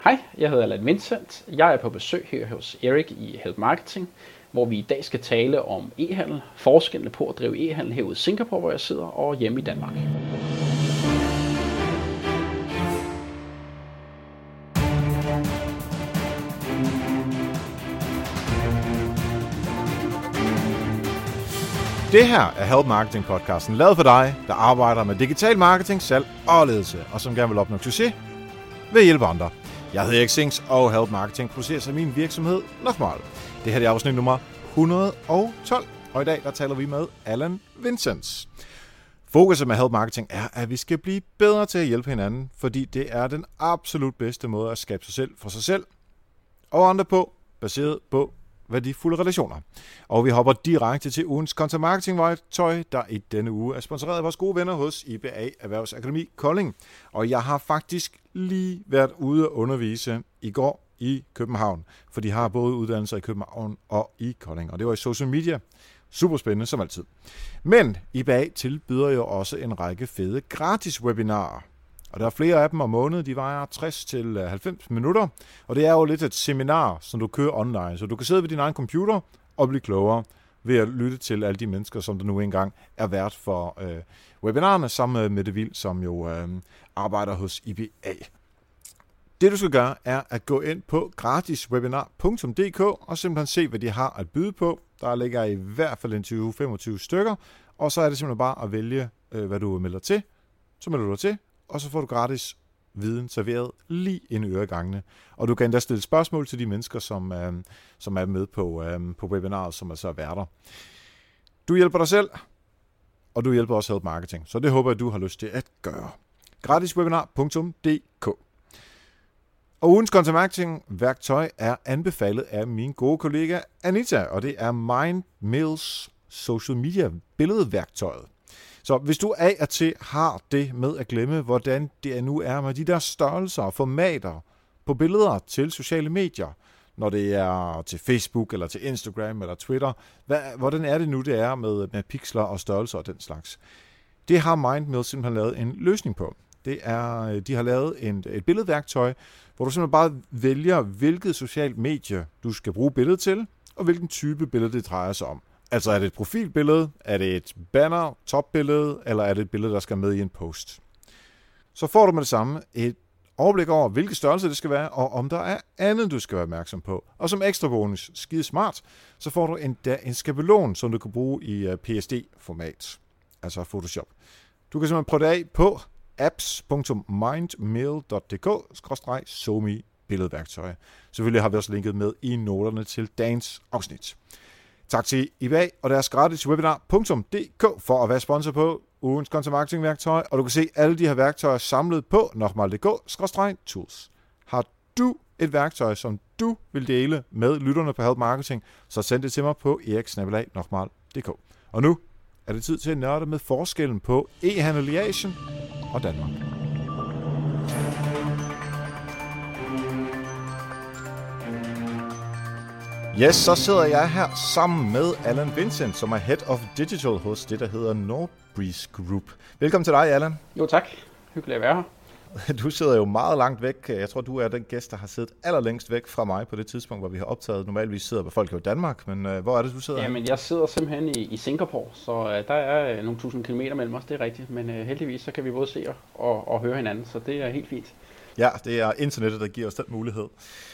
Hej, jeg hedder Allan Vincent. Jeg er på besøg her hos Erik i Help Marketing, hvor vi i dag skal tale om e-handel, forskellene på at drive e-handel herude i Singapore, hvor jeg sidder, og hjemme i Danmark. Det her er Help Marketing podcasten, lavet for dig, der arbejder med digital marketing, salg og ledelse, og som gerne vil opnå succes ved at hjælpe andre. Jeg hedder Erik Sings, og Help Marketing producerer sig min virksomhed Nochmal. Det her er afsnit nummer 112, og i dag der taler vi med Allan Vincent. Fokuset med Help Marketing er, at vi skal blive bedre til at hjælpe hinanden, fordi det er den absolut bedste måde at skabe sig selv for sig selv og andre på, baseret på værdifulde relationer. Og vi hopper direkte til ugens content marketing værktøj, der i denne uge er sponsoreret af vores gode venner hos IBA Erhvervsakademi Kolding. Og jeg har faktisk lige været ude at undervise i går i København, for de har både uddannelser i København og i Kolding. Og det var i social media. Super spændende som altid. Men IBA tilbyder jo også en række fede gratis webinarer. Og der er flere af dem om måneden, de vejer 60-90 minutter, og det er jo lidt et seminar, som du kører online, så du kan sidde ved din egen computer og blive klogere ved at lytte til alle de mennesker, som der nu engang er vært for webinarerne, sammen med Mette Vild, som jo arbejder hos IBA. Det du skal gøre, er at gå ind på gratiswebinar.dk og simpelthen se, hvad de har at byde på. Der ligger i hvert fald en 20-25 stykker, og så er det simpelthen bare at vælge, hvad du melder til. Så melder du dig til, og så får du gratis viden serveret lige ind i øregangene. Og du kan endda stille spørgsmål til de mennesker, som er med på webinaret, som altså er værter. Du hjælper dig selv, og du hjælper også Help Marketing. Så det håber jeg, du har lyst til at gøre. Gratiswebinar.dk. Og ugens content marketing værktøj er anbefalet af min gode kollega Anita, og det er MindMills social media billedværktøjet. Så hvis du af og til har det med at glemme, hvordan det nu er med de der størrelser og formater på billeder til sociale medier, når det er til Facebook eller til Instagram eller Twitter, hvordan er det nu, det er med pixler og størrelser og den slags? Det har MindMill simpelthen lavet en løsning på. De har lavet et billedværktøj, hvor du simpelthen bare vælger, hvilket socialt medie du skal bruge billedet til, og hvilken type billede det drejer sig om. Altså er det et profilbillede, er det et banner, topbillede, eller er det et billede, der skal med i en post. Så får du med det samme et overblik over, hvilke størrelser det skal være, og om der er andet, du skal være opmærksom på. Og som ekstra bonus, skide smart, så får du en skabelon, som du kan bruge i PSD-format, altså Photoshop. Du kan simpelthen prøve det af på apps.mindmill.dk/somi billedværktøj. Selvfølgelig har vi også linket med i noterne til dagens afsnit. Tak til IBA og deres gratis webinar.dk for at være sponsor på ugens content marketing værktøj, og du kan se alle de her værktøjer samlet på nochmal.dk/tools. Har du et værktøj, som du vil dele med lytterne på Help Marketing, så send det til mig på eriksnabelag.nochmal.dk. Og nu er det tid til at nørde med forskellen på e-handel i Asien og Danmark. Yes, så sidder jeg her sammen med Allan Vincent, som er Head of Digital hos det, der hedder Nordbreeze Group. Velkommen til dig, Allan. Jo tak, hyggeligt at være her. Du sidder jo meget langt væk. Jeg tror, du er den gæst, der har siddet allerlængst væk fra mig på det tidspunkt, hvor vi har optaget. Normalvis sidder folk jo i Danmark, men hvor er det, du sidder? Jamen, jeg sidder simpelthen i Singapore, så der er nogle tusind kilometer mellem os, det er rigtigt. Men heldigvis så kan vi både se og høre hinanden, så det er helt fint. Ja, det er internettet, der giver os den mulighed.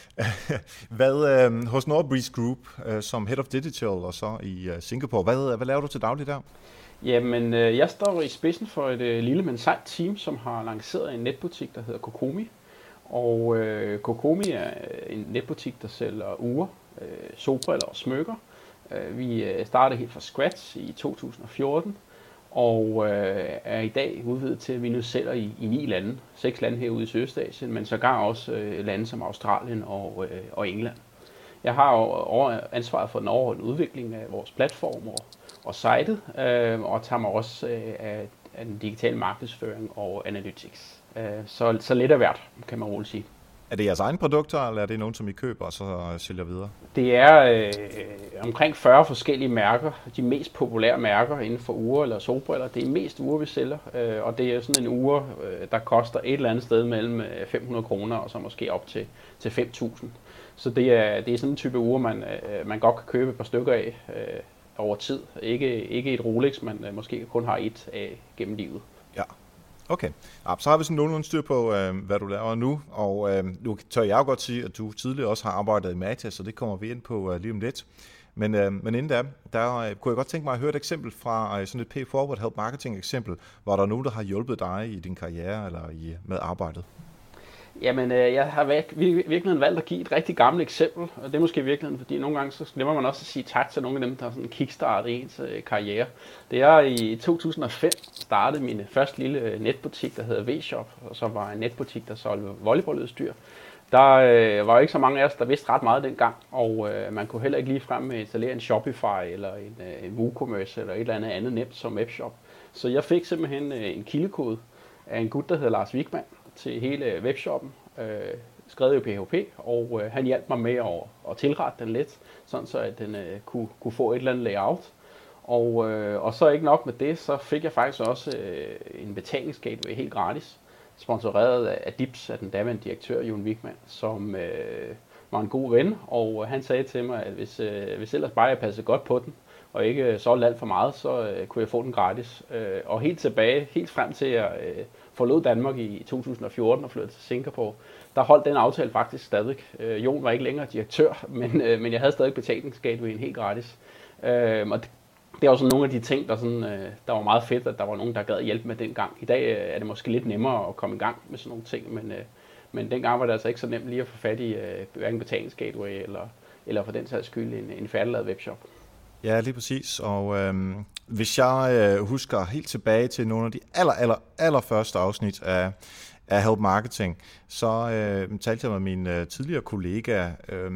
Hos Nordbreeze Group, som Head of Digital og så i Singapore, hvad laver du til daglig der? Jamen, jeg står i spidsen for et lille, men sejt team, som har lanceret en netbutik, der hedder Kokomi. Og Kokomi er en netbutik, der sælger ure, solbriller og smykker. Vi startede helt fra scratch i 2014, og er i dag udvidet til, at vi nu sælger i 9 lande. 6 lande herude i Sydøstasien, men sågar også lande som Australien og England. Jeg har ansvaret for den overordnede udvikling af vores platform og sitet, og tager mig også af den digitale markedsføring og analytics. Så lidt af hvert, kan man roligt sige. Er det jeres egne produkter, eller er det nogen, som I køber og så sælger videre? Det er omkring 40 forskellige mærker. De mest populære mærker inden for ure eller solbriller, det er mest ure, vi sælger. Og det er sådan en ure, der koster et eller andet sted mellem 500 kroner og så måske op til 5.000. Så det er sådan en type ure, man godt kan købe et par stykker af over tid. Ikke et Rolex, man måske kun har et af gennem livet. Ja. Okay, så har vi sådan nogenlunde styr på, hvad du laver nu, og nu tør jeg jo godt sige, at du tidligere også har arbejdet i Matas, så det kommer vi ind på lige om lidt. Men inden der kunne jeg godt tænke mig at høre et eksempel fra sådan et pay-forward help marketing eksempel, hvor der er nogen, der har hjulpet dig i din karriere eller med arbejdet. Jamen, jeg har virkelig valgt at give et rigtig gammelt eksempel, og det er måske i virkeligheden, fordi nogle gange så glemmer man også at sige tak til nogle af dem, der har sådan kickstartet ens karriere. Det er i 2005 startede min første lille netbutik, der hedder V-Shop, og så var en netbutik, der solgte volleyballudstyr. Der var jo ikke så mange af os, der vidste ret meget dengang, og man kunne heller ikke ligefrem installere en Shopify eller en WooCommerce eller et eller andet nemt som webshop. Så jeg fik simpelthen en kildekode af en gut, der hedder Lars Wigman, til hele webshoppen, skrevet i PHP, og han hjalp mig med at tilrette den lidt, sådan så at den kunne få et eller andet layout. Og så ikke nok med det, så fik jeg faktisk også en betalingsgateway helt gratis, sponsoreret af Dips, af den daværende direktør, Jon Wigman, som var en god ven, og han sagde til mig, at hvis ellers bare jeg passede godt på den, og ikke solgte alt for meget, så kunne jeg få den gratis. Og helt frem til jeg forlod Danmark i 2014 og flyttede til Singapore, der holdt den aftale faktisk stadig. Jon var ikke længere direktør, men jeg havde stadig betalingsgatewayen helt gratis. Og det var sådan nogle af de ting, der var meget fedt, at der var nogen, der gad hjælpe med dengang. I dag er det måske lidt nemmere at komme i gang med sådan nogle ting, men dengang var det altså ikke så nemt lige at få fat i hverken betalingsgateway eller for den sags skyld en færdiglavet webshop. Ja, lige præcis. Og hvis jeg husker helt tilbage til nogle af de allerførste afsnit af Help Marketing, så talte jeg med min tidligere kollega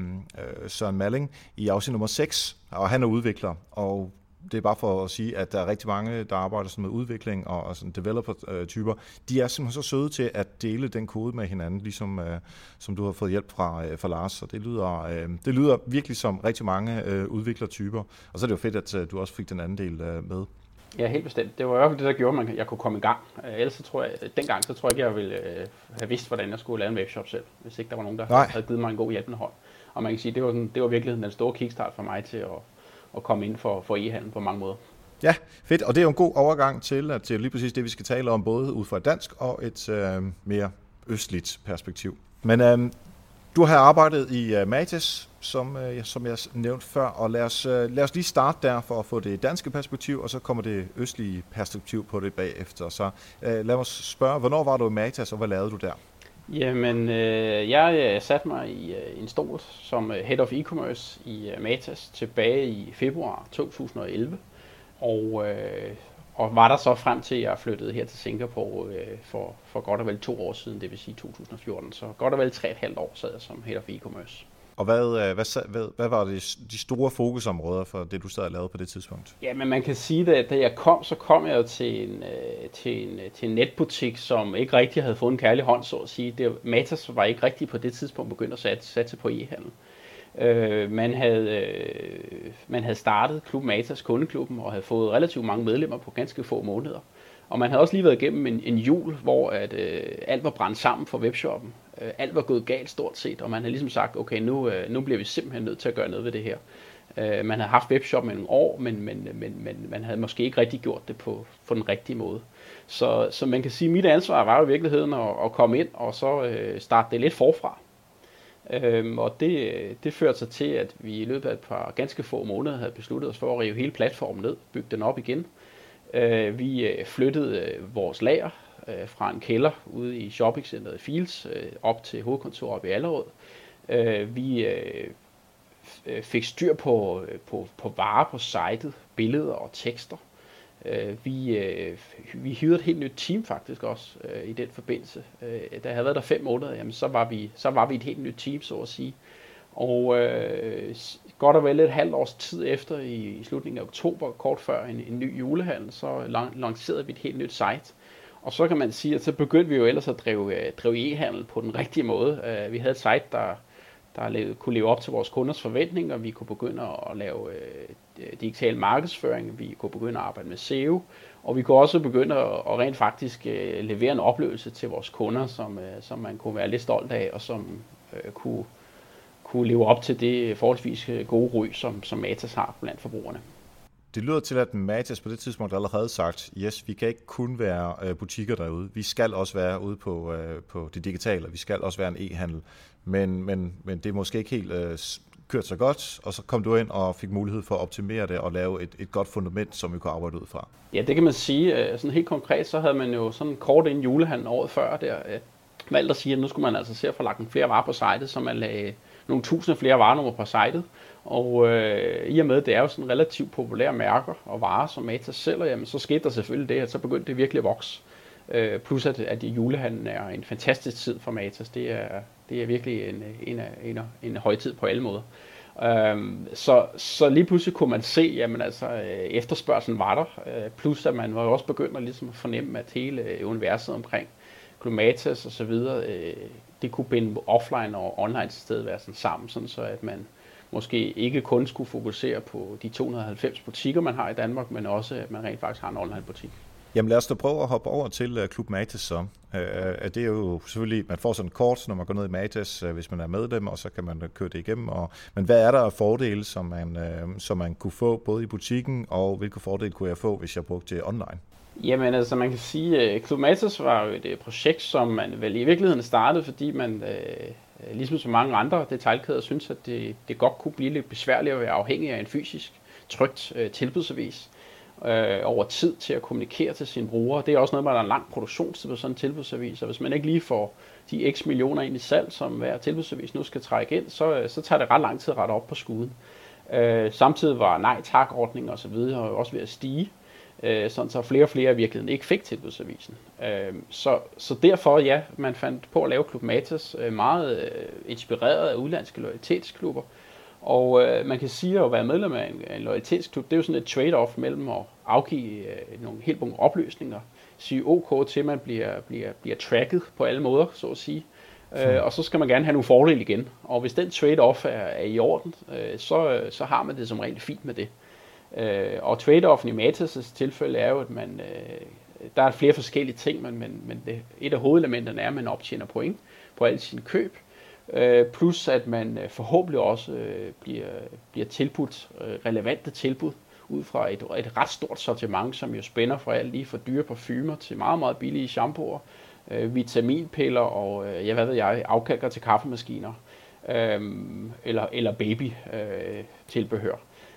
Søren Malling i afsnit nummer 6, og han er udvikler, og det er bare for at sige, at der er rigtig mange, der arbejder sådan med udvikling og sådan developer-typer. De er simpelthen så søde til at dele den kode med hinanden, ligesom som du har fået hjælp fra Lars. Så det lyder virkelig som rigtig mange udviklertyper. Og så er det jo fedt, at du også fik den anden del med. Ja, helt bestemt. Det var i hvert fald det, der gjorde, at jeg kunne komme i gang. Ellers så tror jeg ikke, jeg ville have vidst, hvordan jeg skulle lave en webshop selv, hvis ikke der var nogen, der havde givet mig en god hjælpende hånd. Og man kan sige, det var virkelig den store kickstart for mig til at komme ind for e-handel på mange måder. Ja, fedt. Og det er jo en god overgang til lige præcis det, vi skal tale om, både ud fra et dansk og et mere østligt perspektiv. Men du har arbejdet i Matas, som jeg nævnte før, og lad os lige starte der for at få det danske perspektiv, og så kommer det østlige perspektiv på det bagefter. Så lad os spørge, hvornår var du i Matas, og hvad lavede du der? Jamen, jeg satte mig i en stol som Head of E-Commerce i Matas tilbage i februar 2011, og var der så frem til, at jeg flyttede her til Singapore for godt og vel 2 år siden, det vil sige 2014. Så godt og vel 3,5 år sad jeg som Head of E-Commerce. Og hvad var de store fokusområder for det, du sad og lavede på det tidspunkt? Ja, men man kan sige, at da jeg kom jeg jo til en netbutik, som ikke rigtig havde fået en kærlig hånd, så at sige. Matas var ikke rigtig på det tidspunkt begyndt at satse på e-handel. Man havde startet Klub Matas, kundeklubben, og havde fået relativt mange medlemmer på ganske få måneder. Og man havde også lige været igennem en jul, hvor alt var brændt sammen for webshoppen. Alt var gået galt stort set, og man havde ligesom sagt, okay, nu bliver vi simpelthen nødt til at gøre noget ved det her. Man havde haft webshoppen i nogle år, men man havde måske ikke rigtig gjort det på den rigtige måde. Så man kan sige, at mit ansvar var jo i virkeligheden at komme ind og så starte det lidt forfra. Og det førte sig til, at vi i løbet af et par ganske få måneder havde besluttet os for at rive hele platformen ned, bygge den op igen. Vi flyttede vores lager fra en kælder ude i shoppingcenteret Fields op til hovedkontoret op i Allerød. Vi fik styr på varer på sitet, billeder og tekster. Vi hyrede et helt nyt team faktisk også i den forbindelse. Da jeg havde været der 5 måneder, jamen, så var vi et helt nyt team, så at sige. Og godt og vel et halvt års tid efter, i slutningen af oktober, kort før en ny julehandel, så lancerede vi et helt nyt site. Og så kan man sige, at så begyndte vi jo ellers at drive e-handel på den rigtige måde. Vi havde et site, der kunne leve op til vores kunders forventninger. Vi kunne begynde at lave digital markedsføring. Vi kunne begynde at arbejde med SEO. Og vi kunne også begynde at rent faktisk levere en oplevelse til vores kunder, som man kunne være lidt stolt af, og som kunne leve op til det forholdsvis gode ry, som Matas har blandt forbrugerne. Det lyder til, at Matas på det tidspunkt allerede havde sagt, yes, vi kan ikke kun være butikker derude. Vi skal også være ude på det digitale, vi skal også være en e-handel. Men det er måske ikke helt kørt så godt, og så kom du ind og fik mulighed for at optimere det og lave et godt fundament, som vi kunne arbejde ud fra. Ja, det kan man sige. Sådan helt konkret, så havde man jo sådan kort inden julehandlen året før der valgt at sige, at nu skulle man altså se at få lagt flere varer på sitet, så man lagde nogle tusind flere varenummer på sitet. Og i og med, at det er jo sådan relativt populære mærker og varer, som Matas sælger, jamen, så skete der selvfølgelig det, at så begyndte det virkelig at vokse. Plus at julehandlen er en fantastisk tid for Matas. Det er virkelig en højtid på alle måder. Så lige pludselig kunne man se, jamen altså efterspørgselen var der. Plus at man var jo også begyndt at ligesom fornemme, at hele universet omkring Club Matas og så videre, det kunne binde offline og online tilstedeværelsen sammen, sådan så at man måske ikke kun skulle fokusere på de 290 butikker, man har i Danmark, men også at man rent faktisk har en online butik. Jamen lad os da prøve at hoppe over til Club Matas så. Det er jo selvfølgelig, man får sådan et kort, når man går ned i Matas, hvis man er medlem, og så kan man køre det igennem. Men hvad er der af fordele, som man kunne få både i butikken, og hvilke fordele kunne jeg få, hvis jeg brugte det online? Jamen altså man kan sige, at Club Matas var jo et projekt, som man vel i virkeligheden startede, fordi man ligesom så mange andre detailkæder synes, at det godt kunne blive lidt besværligt at være afhængig af en fysisk trykt tilbudsavis over tid til at kommunikere til sine brugere. Det er også noget, man har en lang produktionstid på sådan en tilbudsavis, og hvis man ikke lige får de x millioner ind i salg, som hver tilbudsavis nu skal trække ind, så tager det ret lang tid at rette op på skuden. Samtidig var nej-tak-ordninger og så videre også ved at stige, sådan så flere og flere i virkeligheden ikke fik tilbudsavisen. Så derfor, ja, man fandt på at lave Club Matas meget inspireret af udlandske loyalitetsklubber. Og man kan sige, at at være medlem af en loyalitetsklub, det er jo sådan et trade-off mellem at afgive nogle helt bunke oplysninger, sige OK til, at man bliver tracket på alle måder, så at sige. Og så skal man gerne have nogle fordele igen. Og hvis den trade-off er i orden, så har man det som rent fint med det. Og trade-offen i Matas' tilfælde er jo, at der er flere forskellige ting, men et af hovedelementerne er, at man optjener point på alle sine køb. Plus at man forhåbentlig også bliver tilbudt relevante tilbud ud fra et ret stort sortiment, som jo spænder fra alt lige fra dyre parfumer til meget, meget billige shampooer, vitaminpiller og hvad ved jeg, afkalker til kaffemaskiner eller baby tilbehør.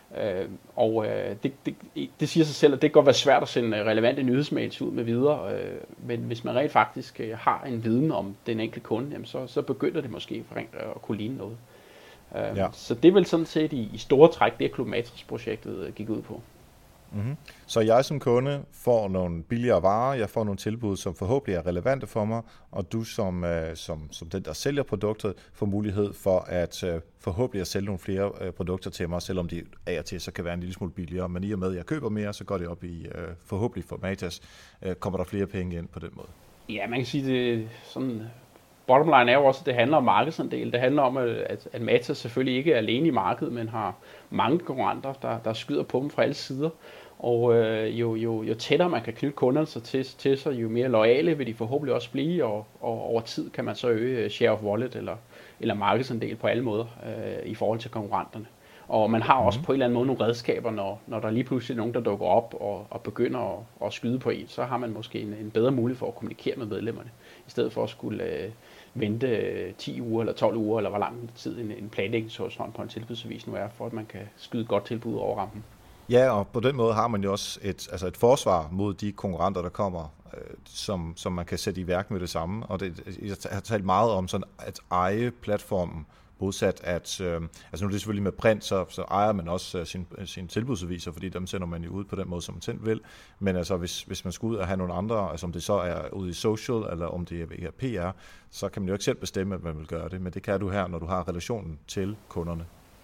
Det siger sig selv, at det kan godt være svært at sende relevante nyhedsmails ud med videre, men hvis man rent faktisk har en viden om den enkelte kunde, jamen så begynder det måske at kunne ligne noget. Ja. Så det er vel sådan set i store træk, det Club Matas-projektet gik ud på. Mm-hmm. Så jeg som kunde får nogle billigere varer, jeg får nogle tilbud, som forhåbentlig er relevante for mig, og du som den, der sælger produktet, får mulighed for at forhåbentlig at sælge nogle flere produkter til mig, selvom de af og til så kan være en lille smule billigere. Men i og med, at jeg køber mere, så går det op i forhåbentlig for Matas, kommer der flere penge ind på den måde. Ja, man kan sige, det sådan. Bottom line er jo også, at det handler om markedsandel. Det handler om, at Matas selvfølgelig ikke er alene i markedet, men har mange konkurrenter, der skyder på dem fra alle sider. Og jo tættere man kan knytte kunderne sig til sig, jo mere loyale vil de forhåbentlig også blive, og over tid kan man så øge share of wallet eller markedsandel på alle måder i forhold til konkurrenterne. Og man har også på en eller anden måde nogle redskaber, når der lige pludselig er nogen, der dukker op og begynder at skyde på en, så har man måske en bedre mulighed for at kommunikere med medlemmerne, i stedet for at skulle vente 10 uger eller 12 uger, eller hvor lang tid en planlægningshorisont på en tilbudsavis nu er, for at man kan skyde et godt tilbud over rampen. Ja, og på den måde har man jo også et forsvar mod de konkurrenter, der kommer, som man kan sætte i værk med det samme. Og jeg har talt meget om sådan at eje platformen, modsat at, nu er det selvfølgelig med print, så ejer man også sine tilbudsaviser, fordi dem sender man jo ud på den måde, som man selv vil. Men altså, hvis man skal ud og have nogle andre, altså om det så er ude i social, eller om det er PR, så kan man jo ikke selv bestemme, at man vil gøre det. Men det kan du her, når du har relationen til kunderne.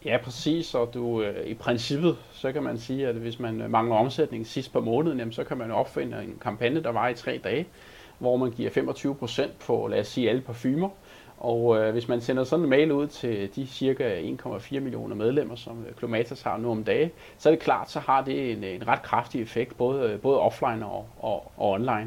Ja, præcis, og du i princippet, så kan man sige, at hvis man mangler omsætning sidst på måneden, jamen, så kan man opfinde en kampagne, der varer i 3 dage, hvor man giver 25% på, lad os sige, alle parfumer. Og hvis man sender sådan en mail ud til de cirka 1,4 millioner medlemmer, som Club Matas har nu om dagen, så er det klart, så har det en ret kraftig effekt, både offline og online.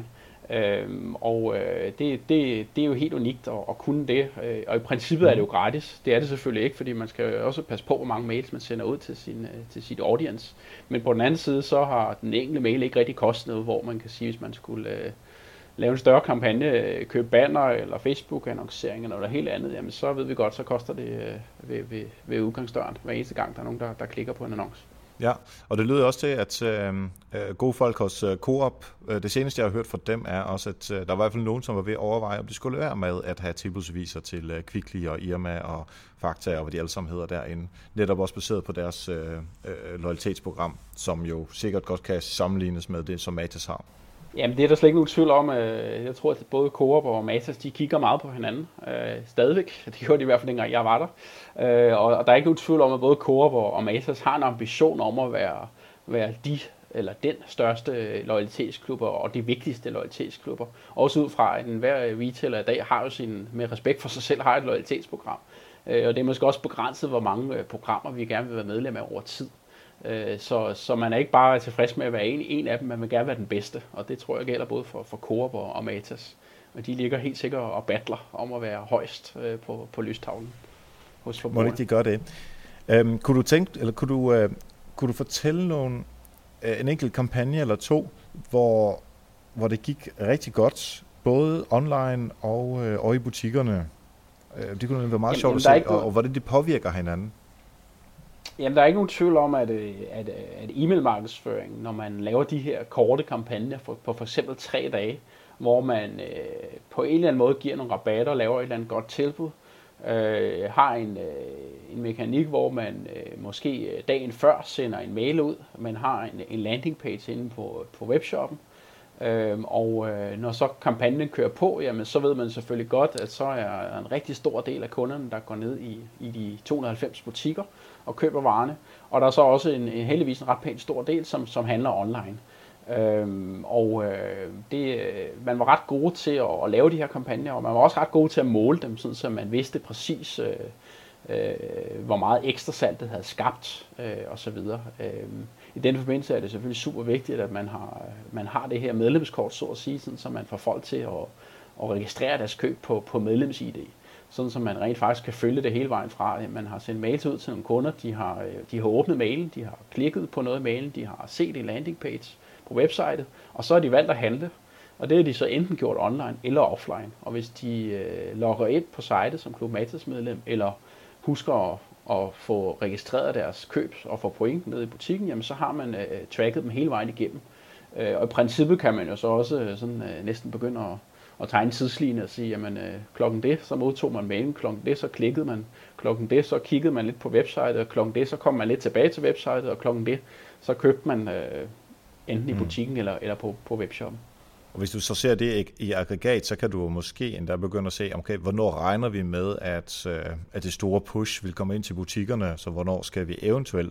Det er jo helt unikt at kunne det, og i princippet er det jo gratis. Det er det selvfølgelig ikke, fordi man skal også passe på, hvor mange mails man sender ud til sit audience. Men på den anden side, så har den enkelte mail ikke rigtig kostet noget, hvor man kan sige, hvis man skulle lave en større kampagne, købe banner eller Facebook-annoncering eller noget helt andet, jamen så ved vi godt, så koster det ved udgangsdøren hver eneste gang, der er nogen, der klikker på en annonce. Ja, og det lyder også til, at gode folk hos Coop, det seneste jeg har hørt fra dem er også, at der var i hvert fald nogen, som var ved at overveje, om de skulle være med at have tilbudsviser til Kvickly og Irma og Fakta og hvad de alle sammen hedder derinde. Netop også baseret på deres loyalitetsprogram, som jo sikkert godt kan sammenlignes med det, som Matas har. Jamen det er der slet ikke nogen tvivl om. Jeg tror, at både Coop og Matas, de kigger meget på hinanden. Stadigvæk. Det gjorde de i hvert fald dengang jeg var der. Og der er ikke nogen tvivl om, at både Coop og Matas har en ambition om at være den største loyalitetsklubber og de vigtigste loyalitetsklubber. Også ud fra, at enhver retailer i dag har jo med respekt for sig selv, har et loyalitetsprogram. Og det er måske også begrænset, hvor mange programmer vi gerne vil være medlem af over tid. Så man er ikke bare tilfreds med at være en af dem, man vil gerne være den bedste. Og det tror jeg gælder både for Coop og Matas. Og de ligger helt sikkert og battler om at være højst på lystavlen hos forbrugerne. Må de gøre det? Kunne du fortælle en enkelt kampagne eller to, hvor det gik rigtig godt, både online og i butikkerne? Det kunne være meget sjovt at se, og hvordan det påvirker hinanden. Jamen, der er ikke nogen tvivl om, at e-mail-markedsføring, når man laver de her korte kampagner på for eksempel 3 dage, hvor man på en eller anden måde giver nogle rabatter, laver et eller andet godt tilbud, har en mekanik, hvor man måske dagen før sender en mail ud, man har en landingpage inde på webshoppen, når så kampagnen kører på, jamen, så ved man selvfølgelig godt, at så er en rigtig stor del af kunderne, der går ned i de 290 butikker og køber varerne. Og der er så også heldigvis en ret pænt stor del, som handler online. Man var ret gode til at lave de her kampagner, og man var også ret gode til at måle dem, sådan så man vidste præcis, hvor meget ekstra salg det havde skabt osv. I den forbindelse er det selvfølgelig super vigtigt, at man har det her medlemskort, så at sige, sådan, så man får folk til at registrere deres køb på medlems-ID. Sådan så man rent faktisk kan følge det hele vejen fra. Man har sendt mails ud til nogle kunder, de har åbnet mailen, de har klikket på noget i mailen, de har set en landingpage på websitet, og så har de valgt at handle. Og det har de så enten gjort online eller offline. Og hvis de logger ind på sitet som Club Matas medlem, eller husker at få registreret deres køb og få point ned i butikken, jamen så har man tracket dem hele vejen igennem. Og i princippet kan man jo så også sådan, næsten begynde at tegne tidslinje og sige, jamen klokken det, så modtog man mailen, klokken det, så klikkede man, klokken det, så kiggede man lidt på websitet, og klokken det, så kom man lidt tilbage til websitet, og klokken det, så købte man enten i butikken eller på webshoppen. Og hvis du så ser det i aggregat, så kan du måske endda begynde at se, okay, hvornår regner vi med, at det store push vil komme ind til butikkerne, så hvornår skal vi eventuelt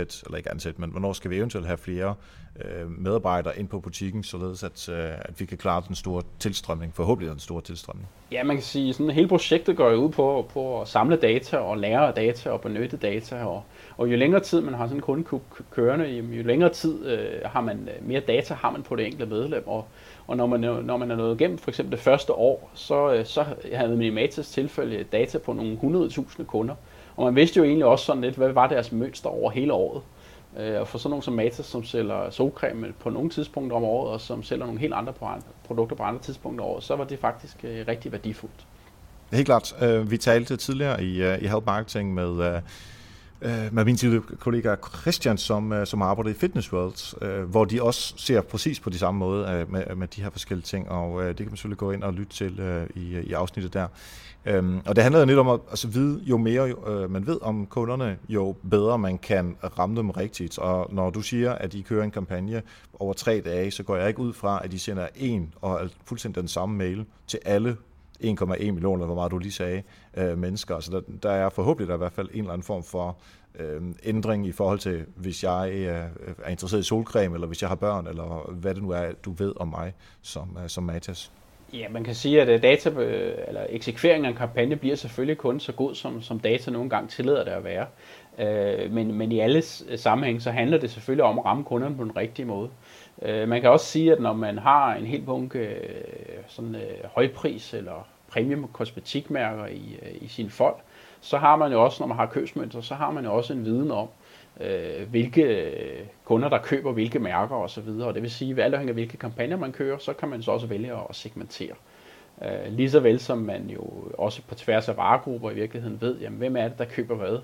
men hvornår skal vi eventuelt have flere medarbejdere ind på butikken, således at vi kan klare den store tilstrømning, forhåbentlig den store tilstrømning. Ja, man kan sige, sådan hele projektet går jo ud på at samle data og lære data og benytte data, og jo længere tid man har sådan en kunde kørende, jo længere tid har man mere data har man på det enkelte medlem, og når man er nået igennem for eksempel det første år, så havde man i Matas tilfælde data på nogle 100.000 kunder, og man vidste jo egentlig også sådan lidt, hvad var deres mønster over hele året. Og for sådan nogle som Matas, som sælger solcreme på nogle tidspunkter om året, og som sælger nogle helt andre produkter på andre tidspunkter om året, så var det faktisk rigtig værdifuldt. Helt klart. Vi talte tidligere i Help Marketing med min tidligere kollega Christian, som arbejder i Fitness World, hvor de også ser præcis på de samme måde med de her forskellige ting, og det kan man selvfølgelig gå ind og lytte til i afsnittet der. Og det handler jo lidt om at vide, jo mere man ved om kunderne, jo bedre man kan ramme dem rigtigt. Og når du siger, at de kører en kampagne over 3 dage, så går jeg ikke ud fra, at de sender en og fuldstændig den samme mail til alle 1,1 millioner, hvor meget du lige sagde, mennesker. Så der er forhåbentlig der i hvert fald en eller anden form for ændring i forhold til, hvis jeg er interesseret i solcreme, eller hvis jeg har børn, eller hvad det nu er, du ved om mig som Matas. Ja, man kan sige, at data, eller eksekveringen af en kampagne bliver selvfølgelig kun så god, som data nogle gange tillader det at være. Men i alle sammenhæng, så handler det selvfølgelig om at ramme kunderne på den rigtige måde. Man kan også sige, at når man har en hel bunke højpris eller premium kosmetikmærker i sin fold, så har man jo også, når man har købsmønster, så har man jo også en viden om, hvilke kunder, der køber hvilke mærker osv. Og det vil sige, at alt afhængig af hvilke kampagner man kører, så kan man så også vælge at segmentere. Lige så vel som man jo også på tværs af varegrupper i virkeligheden ved, jamen, hvem er det, der køber hvad.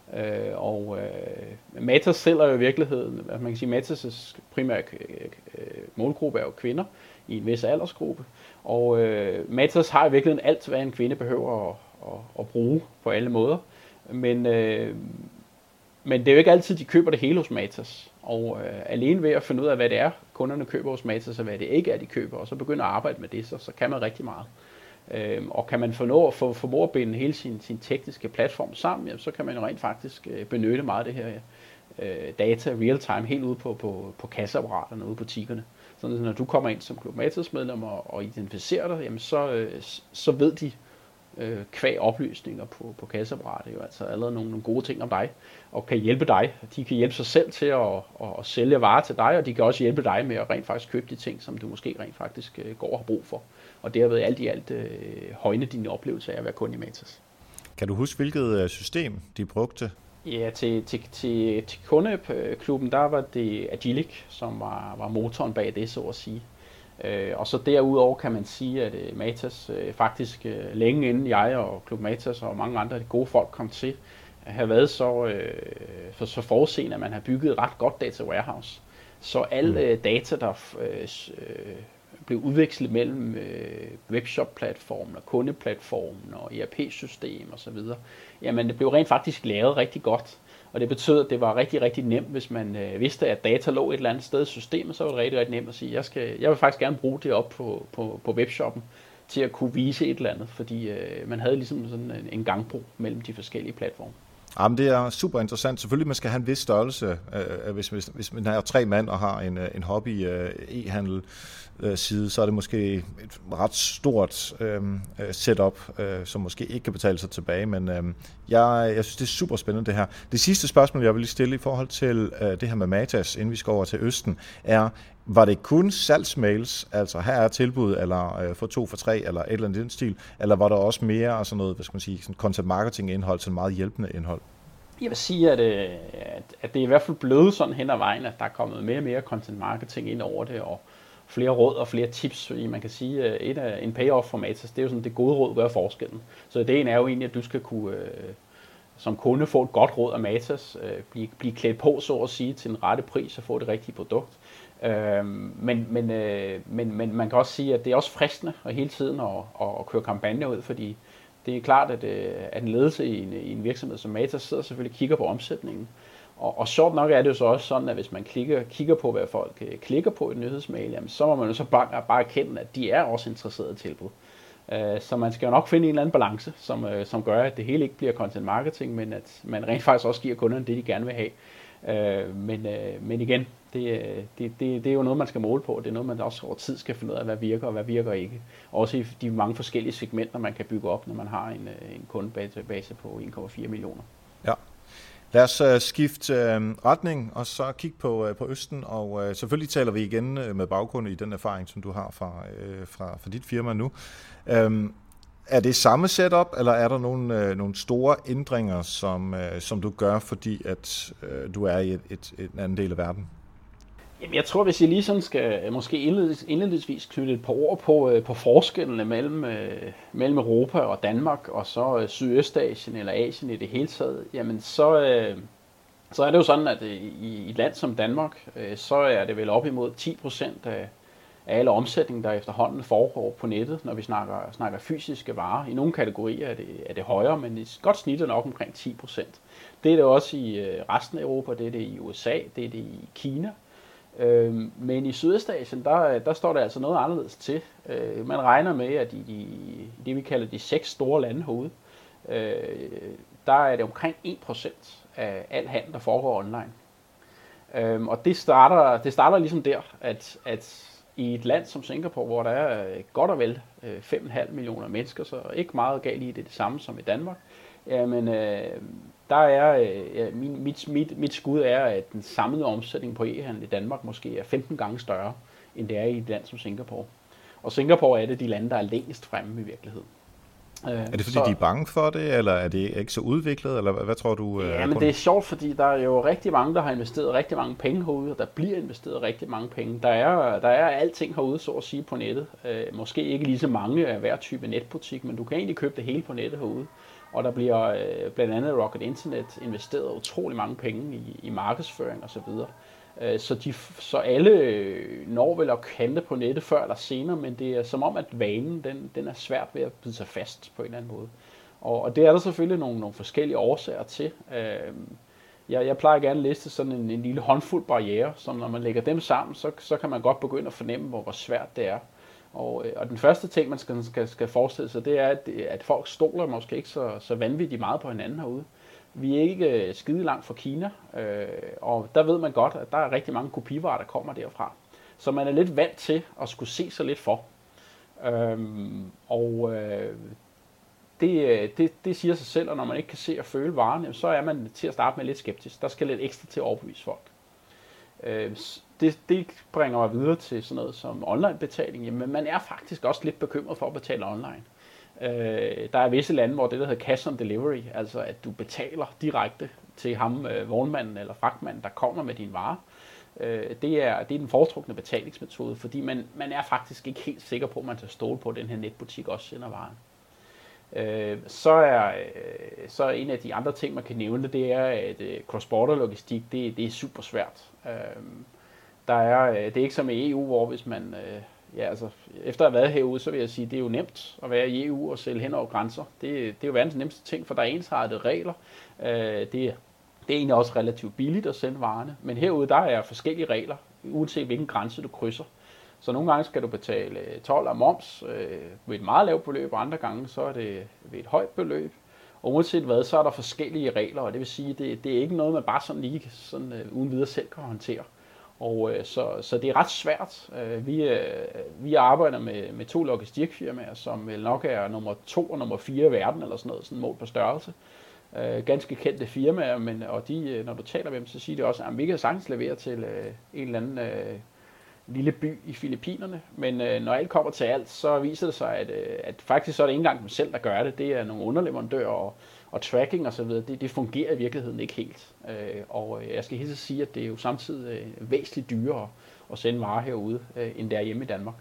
Matas sælger jo i virkeligheden, man kan sige, Matas' primære målgruppe er jo kvinder i en vis aldersgruppe. Og Matas har i virkeligheden alt, hvad en kvinde behøver at bruge på alle måder. Men det er jo ikke altid, de køber det hele hos Matas. Og alene ved at finde ud af, hvad det er, kunderne køber hos Matas, og hvad det ikke er, de køber, og så begynde at arbejde med det, så kan man rigtig meget. Og kan man formå at binde hele sin tekniske platform sammen, jamen, så kan man jo rent faktisk benytte meget af det her data real-time helt ude på kasseapparaterne ude i butikkerne. Så når du kommer ind som Club Matas medlem og identificerer dig, jamen, så ved de kvæg oplysninger på kasseapparatet jo altså allerede nogle gode ting om dig, og kan hjælpe dig. De kan hjælpe sig selv til at sælge varer til dig, og de kan også hjælpe dig med at rent faktisk købe de ting, som du måske rent faktisk går og har brug for. Og derved alt i alt højne din oplevelse af at være kunde i Matas. Kan du huske, hvilket system de brugte? Ja, til kundeklubben, der var det Agilic, som var motoren bag det, så at sige. Og så derudover kan man sige, at Matas faktisk længe inden jeg og Club Matas og mange andre af de gode folk kom til, have været så forudseende, at man har bygget et ret godt data warehouse. Så alle data, der blev udvekslet mellem webshop-platformen og kundeplatformen og ERP-system osv., jamen det blev rent faktisk lavet rigtig godt. Og det betød, at det var rigtig, rigtig nemt, hvis man vidste, at data lå et eller andet sted i systemet, så var det rigtig, rigtig nemt at sige, jeg vil faktisk gerne bruge det op på webshoppen til at kunne vise et eller andet, fordi man havde ligesom sådan en gangbro mellem de forskellige platforme. Jamen, det er super interessant. Selvfølgelig, man skal have en vis størrelse, hvis man har 3 mand og har en hobby e-handel side, så er det måske et ret stort setup, som måske ikke kan betale sig tilbage, men jeg synes, det er super spændende det her. Det sidste spørgsmål, jeg vil lige stille i forhold til det her med Matas, inden vi skal over til Østen, er, var det kun salgsmails, altså her er tilbud, eller få 2 for 3, eller et eller andet i den stil, eller var der også mere sådan noget, hvad skal man sige, sådan content marketing indhold, sådan meget hjælpende indhold? Jeg vil sige, at det er i hvert fald blevet sådan hen ad vejen, at der er kommet mere og mere content marketing ind over det, og flere råd og flere tips, fordi man kan sige, at en payoff for Matas, det er jo sådan, det gode råd gør forskellen. Så ideen er jo egentlig, at du skal kunne som kunde få et godt råd af Matas, blive klædt på, så at sige, til den rette pris og få det rigtige produkt. Men man kan også sige, at det er også fristende at hele tiden at køre kampagner ud, fordi det er klart, at en ledelse i en virksomhed som Matas sidder selvfølgelig og kigger på omsætningen. Og sjovt nok er det jo så også sådan, at hvis man kigger på, hvad folk klikker på i et nyhedsmail, jamen, så må man jo så bare erkende, at de er også interesserede i tilbud. Så man skal jo nok finde en eller anden balance, som gør, at det hele ikke bliver content marketing, men at man rent faktisk også giver kunderne det, de gerne vil have. Men igen, det er jo noget, man skal måle på. Det er noget, man også over tid skal finde ud af, hvad virker og hvad virker ikke. Også i de mange forskellige segmenter, man kan bygge op, når man har en kundebase på 1,4 millioner. Ja. Lad os skifte retning og så kigge på Østen, og selvfølgelig taler vi igen med baggrund i den erfaring, som du har fra dit firma nu. Er det samme setup, eller er der nogle store ændringer, som du gør, fordi at du er i en anden del af verden? Jamen, jeg tror, hvis jeg lige sådan skal måske indledningsvis knytte et par ord på forskellene mellem Europa og Danmark, og så Sydøstasien eller Asien i det hele taget, jamen så er det jo sådan, at i et land som Danmark, så er det vel op imod 10% af alle omsætning, der efterhånden foregår på nettet, når vi snakker fysiske varer. I nogle kategorier er det højere, men et godt snit er nok omkring 10%. Det er det også i resten af Europa, det er det i USA, det er det i Kina. Men i Sydøstasien, der står det altså noget anderledes til. Man regner med, at i det vi kalder de 6 store lande herude, der er det omkring 1% af al handel, der foregår online. Og det starter ligesom der, at i et land som Singapore, hvor der er godt og vel 5,5 millioner mennesker, så ikke meget galt i det samme som i Danmark, jamen der er, mit skud er, at den samlede omsætning på e-handel i Danmark måske er 15 gange større, end det er i et land som Singapore. Og Singapore er det de lande, der er længst fremme i virkeligheden. Er det fordi, de er bange for det, eller er det ikke så udviklet, eller hvad tror du? Ja, men det er sjovt, fordi der er jo rigtig mange, der har investeret rigtig mange penge herude, og der bliver investeret rigtig mange penge. Der er alting herude, så at sige, på nettet. Måske ikke lige så mange af hver type netbutik, men du kan egentlig købe det hele på nettet herude. Og der bliver blandt andet Rocket Internet investeret utrolig mange penge i markedsføring osv. Så alle når vel at handle på nettet før eller senere, men det er som om, at vanen den er svært ved at bide sig fast på en eller anden måde. Og det er der selvfølgelig nogle forskellige årsager til. Jeg plejer gerne at liste sådan en lille håndfuld barriere, som når man lægger dem sammen, så kan man godt begynde at fornemme, hvor svært det er. Og den første ting, man skal forestille sig, det er, at folk stoler måske ikke så vanvittigt meget på hinanden herude. Vi er ikke skide langt fra Kina, og der ved man godt, at der er rigtig mange kopivarer, der kommer derfra. Så man er lidt vant til at skulle se sig lidt for. Det siger sig selv, og når man ikke kan se og føle varen, så er man til at starte med lidt skeptisk. Der skal lidt ekstra til at overbevise folk. Det bringer mig videre til sådan noget som online-betaling. Jamen, man er faktisk også lidt bekymret for at betale online. Der er visse lande, hvor det der hedder cash on delivery, altså at du betaler direkte til ham, vognmanden eller fragtmanden, der kommer med din vare. Det er den foretrukne betalingsmetode, fordi man er faktisk ikke helt sikker på, at man kan stole på, at den her netbutik også sender varen. Så en af de andre ting, man kan nævne, det er, at cross-border logistik, det er super svært. Det er ikke som i EU, hvor hvis man, efter at have været herude, så vil jeg sige, det er jo nemt at være i EU og sælge hen over grænser. Det er jo verdens nemmeste ting, for der er ensartede regler. Det er egentlig også relativt billigt at sende varerne, men herude der er forskellige regler, uanset hvilken grænse du krydser. Så nogle gange skal du betale told og moms ved et meget lavt beløb, og andre gange så er det ved et højt beløb. Og uanset hvad, så er der forskellige regler, og det vil sige, det er ikke noget, man bare sådan lige uden videre selv kan håndtere. Og så det er ret svært. Vi arbejder med 2 logistikfirmaer, som vel nok er nummer 2 og nummer 4 i verden, eller sådan noget, sådan mål på størrelse. Ganske kendte firmaer, og de, når du taler med dem, så siger de også, at vi kan sagtens levere til en eller anden lille by i Filippinerne, men når alt kommer til alt, så viser det sig, at faktisk så er det ikke engang dem selv, der gør det. Det er nogle underleverandører og tracking og så videre. Det fungerer i virkeligheden ikke helt. Og jeg skal helt sige, at det er jo samtidig væsentligt dyrere at sende varer herude, end det er hjemme i Danmark.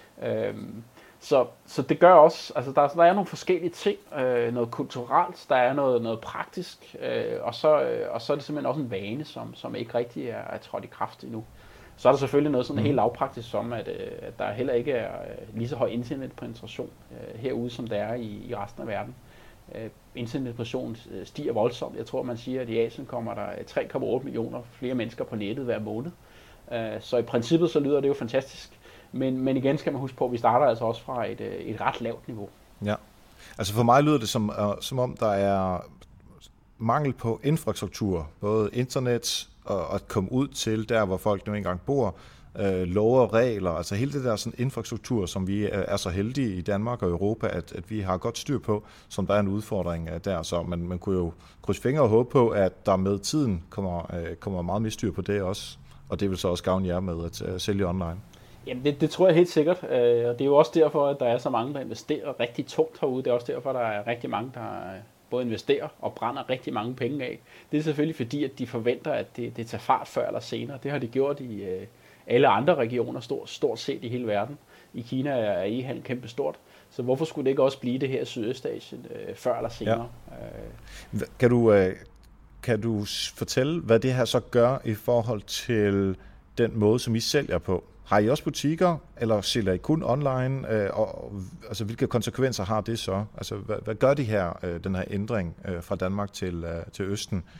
Så det gør også, altså der er nogle forskellige ting, noget kulturelt, der er noget praktisk, og så er det simpelthen også en vane, som ikke rigtig er trådt i kraft endnu. Så er der selvfølgelig noget sådan helt lavpraktisk som, at der heller ikke er lige så høj internetpenetration herude, som der er i resten af verden. Internetpenetration stiger voldsomt. Jeg tror, man siger, at i Asien kommer der 3,8 millioner flere mennesker på nettet hver måned. Så i princippet så lyder det jo fantastisk. Men igen skal man huske på, at vi starter altså også fra et ret lavt niveau. Ja, altså for mig lyder det som om, der er mangel på infrastruktur, både internet og at komme ud til der, hvor folk nu engang bor, love og regler, altså hele det der sådan infrastruktur, som vi er så heldige i Danmark og Europa, at vi har godt styr på, som der er en udfordring der. Så man kunne jo krydse fingre og håbe på, at der med tiden kommer meget mere styr på det også, og det vil så også gavne jer med at sælge online. Jamen det tror jeg helt sikkert, og det er jo også derfor, at der er så mange, der investerer rigtig tungt herude. Det er også derfor, at der er rigtig mange, der både investerer og brænder rigtig mange penge af. Det er selvfølgelig fordi, at de forventer, at det tager fart før eller senere. Det har de gjort i alle andre regioner, stort set i hele verden. I Kina er e-handel kæmpe stort. Så hvorfor skulle det ikke også blive det her i Sydøstasien før eller senere? Ja. Kan du fortælle, hvad det her så gør i forhold til den måde, som I sælger på? Har I også butikker, eller sælger I kun online? Altså, hvilke konsekvenser har det så? Altså, hvad gør de her, den her ændring fra Danmark til Østen?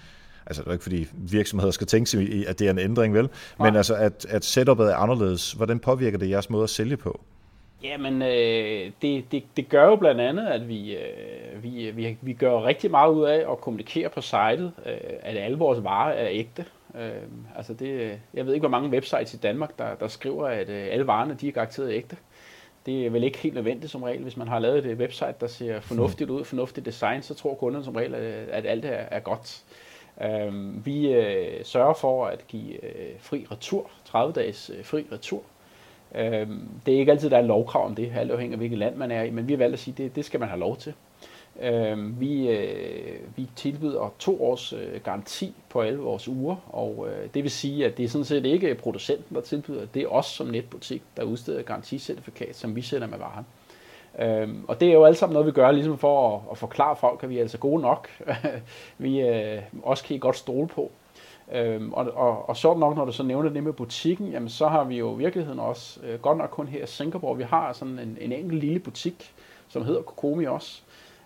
altså det er ikke fordi virksomheder skal tænke sig i, at det er en ændring, vel? Men Nej. altså, at setupet er anderledes, hvordan påvirker det jeres måde at sælge på? Jamen, det gør jo blandt andet, at vi gør rigtig meget ud af at kommunikere på sitet, at alle vores varer er ægte. Altså jeg ved ikke, hvor mange websites i Danmark, der skriver, at alle varerne de er garanteret ægte. Det er vel ikke helt nødvendigt som regel. Hvis man har lavet et website, der ser fornuftigt ud, fornuftigt design, så tror kunderne som regel, at alt er godt. Vi sørger for at give fri retur, 30 dages fri retur. Det er ikke altid, der er lovkrav om det, alt afhængig af hvilket land man er i, men vi har valgt at sige, at det skal man have lov til. Vi tilbyder 2 års garanti på alle vores uger, og det vil sige, at det er sådan set ikke producenten, der tilbyder, det er os som netbutik, der udsteder et garanticertifikat, som vi sender med varen. Og det er jo alt sammen noget, vi gør ligesom for at forklare folk, at vi er altså gode nok. Vi også kan I godt stole på. Og sjovt nok, når du så nævner det med butikken, jamen så har vi jo i virkeligheden også, godt nok kun her i Singapore, vi har sådan en enkelt lille butik, som hedder Kokomi også,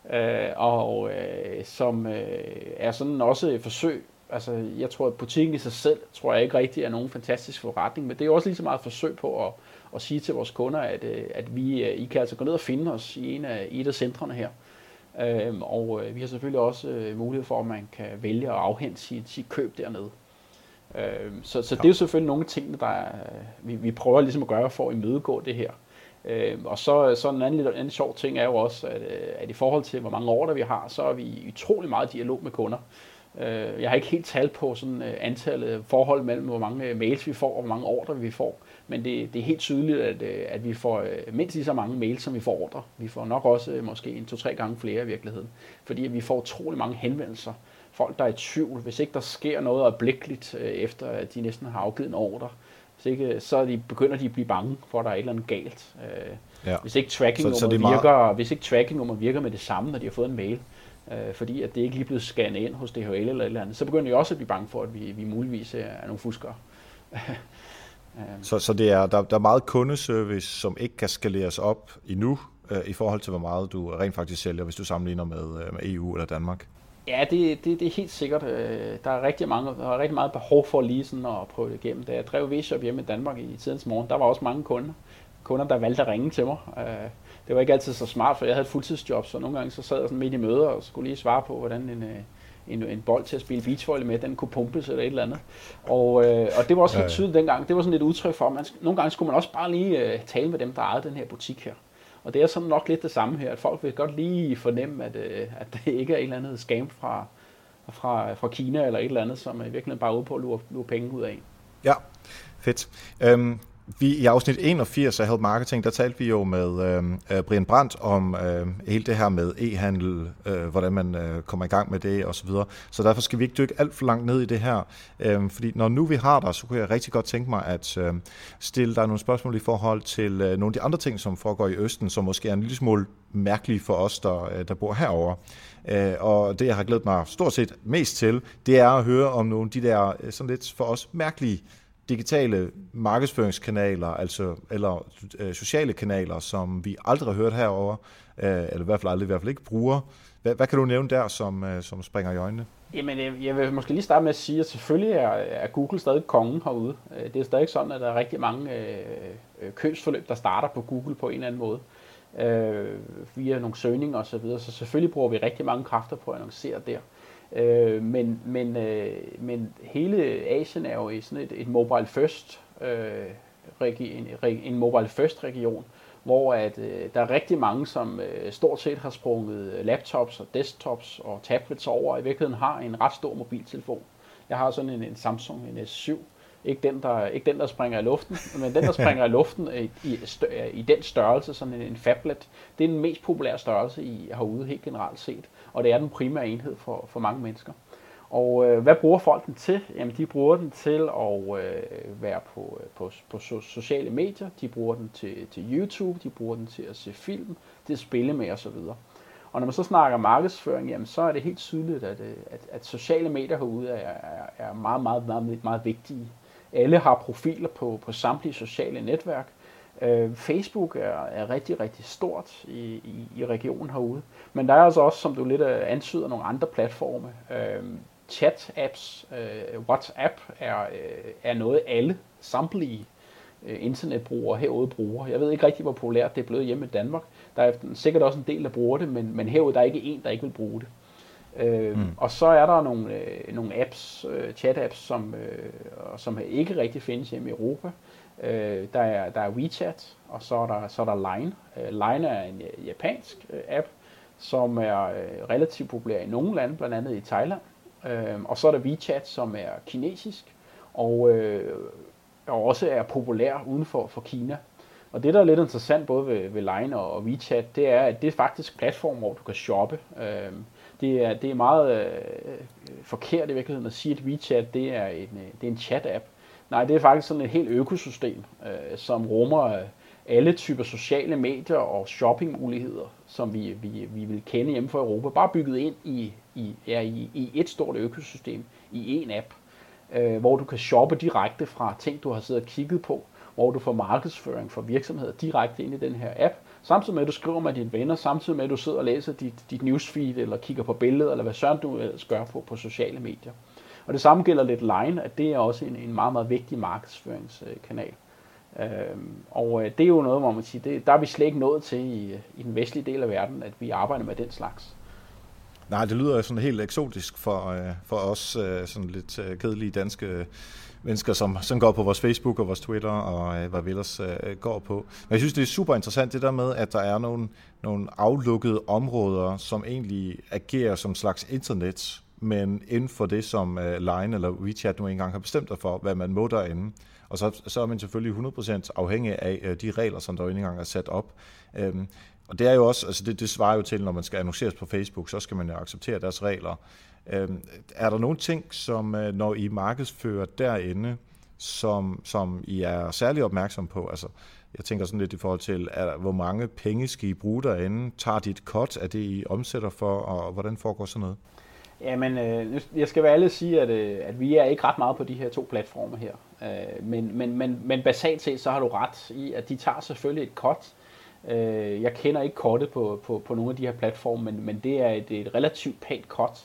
som er sådan også et forsøg. Altså jeg tror, at butikken i sig selv, tror jeg ikke rigtig er nogen fantastisk forretning, men det er også lige så meget et forsøg på at sige til vores kunder, at I kan altså gå ned og finde os i et af centrene her. Og vi har selvfølgelig også mulighed for, at man kan vælge at afhente sit køb dernede. Så det er jo selvfølgelig nogle ting, vi prøver ligesom at gøre for at imødegå det her. Og så en anden sjov ting er jo også, at i forhold til, hvor mange ordre vi har, så er vi utrolig meget dialog med kunder. Jeg har ikke helt tal på sådan antallet forhold mellem, hvor mange mails vi får og hvor mange ordre vi får. Men det er helt tydeligt, at vi får mindst lige så mange mails, som vi får ordre. Vi får nok også måske 2-3 gange flere i virkeligheden. Fordi vi får utrolig mange henvendelser. Folk, der er i tvivl, hvis ikke der sker noget øjeblikkeligt, efter at de næsten har afgivet en ordre, så begynder de at blive bange for, at der er et eller andet galt. Ja. Hvis ikke tracking-nummer virker med det samme, når de har fået en mail, fordi at det ikke lige er blevet scannet ind hos DHL eller et eller andet, så begynder de også at blive bange for, at vi muligvis er nogle fuskere. Så det er, der er meget kundeservice, som ikke kan skaleres op endnu, i forhold til, hvor meget du rent faktisk sælger, hvis du sammenligner med EU eller Danmark? Ja, det er helt sikkert. Der er rigtig meget behov for lige sådan at prøve det igennem. Da jeg drev V-Shop hjemme i Danmark i tidens morgen, der var også mange kunder, der valgte at ringe til mig. Det var ikke altid så smart, for jeg havde et fuldtidsjob, så nogle gange så sad jeg sådan midt i møder og skulle lige svare på, hvordan en bold til at spille beachvolley med, den kunne pumpes eller et eller andet. Og det var også helt tydeligt dengang. Det var sådan et udtryk for, at nogle gange skulle man også bare lige tale med dem, der ejede den her butik her. Og det er sådan nok lidt det samme her, at folk vil godt lige fornemme, at det ikke er et eller andet scam fra Kina eller et eller andet, som er virkelig bare ude på at lure penge ud af. Ja, fedt. I afsnit 81 af Help Marketing, der talte vi jo med Brian Brandt om hele det her med e-handel, hvordan man kommer i gang med det osv. Så derfor skal vi ikke dykke alt for langt ned i det her. Fordi når nu vi har dig, så kunne jeg rigtig godt tænke mig at stille dig nogle spørgsmål i forhold til nogle af de andre ting, som foregår i Østen, som måske er en lille smule mærkelige for os, der bor herovre. Og det, jeg har glædet mig stort set mest til, det er at høre om nogle af de der sådan lidt for os mærkelige digitale markedsføringskanaler, eller sociale kanaler, som vi aldrig har hørt herover, eller i hvert fald ikke bruger. Hvad kan du nævne der, som springer i øjnene? Jamen, jeg vil måske lige starte med at sige, at selvfølgelig er Google stadig kongen herude. Det er stadig sådan, at der er rigtig mange købsforløb, der starter på Google på en eller anden måde, via nogle søgninger og så videre. Så selvfølgelig bruger vi rigtig mange kræfter på at annoncere der. Men hele Asien er jo i sådan et mobile first en mobile first region, hvor at der er rigtig mange, som stort set har sprunget laptops og desktops og tablets over, og i virkeligheden har en ret stor mobiltelefon. Jeg har sådan en Samsung, en S7. Ikke den, der springer i luften, men den, der springer i luften i den størrelse, sådan en phablet, det er den mest populære størrelse herude helt generelt set, og det er den primære enhed for mange mennesker. Og hvad bruger folk den til? Jamen, de bruger den til at være på sociale medier, de bruger den til YouTube, de bruger den til at se film, til at spille med osv. Og når man så snakker markedsføring, jamen, så er det helt tydeligt, at sociale medier herude er meget, meget, meget, meget vigtige. Alle har profiler på samtlige sociale netværk. Facebook er rigtig, rigtig stort i regionen herude. Men der er altså også, som du lidt antyder, nogle andre platforme. chat-apps. WhatsApp er noget, alle samtlige internetbrugere herude bruger. Jeg ved ikke rigtig, hvor populært det er blevet hjemme i Danmark. Der er sikkert også en del, der bruger det, men herude der er ikke en, der ikke vil bruge det. Og så er der nogle apps, chat-apps, som ikke rigtig findes hjemme i Europa. Der er WeChat, og så er der Line. Line er en japansk app, som er relativt populær i nogle lande, blandt andet i Thailand. Og så er der WeChat, som er kinesisk, og også er populær uden for Kina. Og det, der er lidt interessant både ved Line og WeChat, det er, at det er faktisk platform, hvor du kan shoppe. Det er meget forkert i virkeligheden at sige, at WeChat det er en chat-app. Nej, det er faktisk sådan et helt økosystem, som rummer alle typer sociale medier og shoppingmuligheder, som vi vil kende hjemme fra Europa, bare bygget ind i et stort økosystem, i en app, hvor du kan shoppe direkte fra ting, du har siddet og kigget på, hvor du får markedsføring for virksomheder direkte ind i den her app, samtidig med, at du skriver med dine venner, samtidig med, at du sidder og læser dit newsfeed, eller kigger på billeder, eller hvad søren du ellers gør på sociale medier. Og det samme gælder lidt Line, at det er også en meget, meget vigtig markedsføringskanal. Og det er jo noget, hvor man siger, der er vi slet ikke nået til i den vestlige del af verden, at vi arbejder med den slags. Nej, det lyder jo sådan helt eksotisk for os sådan lidt kedelige danske mennesker, som går på vores Facebook og vores Twitter og hvad vi ellers går på. Men jeg synes, det er super interessant det der med, at der er nogle aflukkede områder, som egentlig agerer som slags internet, men inden for det, som Line eller WeChat nu engang har bestemt sig for, hvad man må derinde. Og så er man selvfølgelig 100% afhængig af de regler, som der jo engang er sat op. Og det er jo også, altså det svarer jo til, når man skal annonceres på Facebook, så skal man jo acceptere deres regler. Er der nogle ting, som når I markedsfører derinde, som I er særlig opmærksom på? Altså, jeg tænker sådan lidt i forhold til, hvor mange penge skal I bruge derinde? Tager de et cut af det, I omsætter for, og hvordan foregår sådan noget? Jamen, jeg skal være ærlig at sige, at vi er ikke ret meget på de her to platforme her. Men basalt set, så har du ret i, at de tager selvfølgelig et cut. Jeg kender ikke cuttet på nogle af de her platforme, men det er et relativt pænt cut.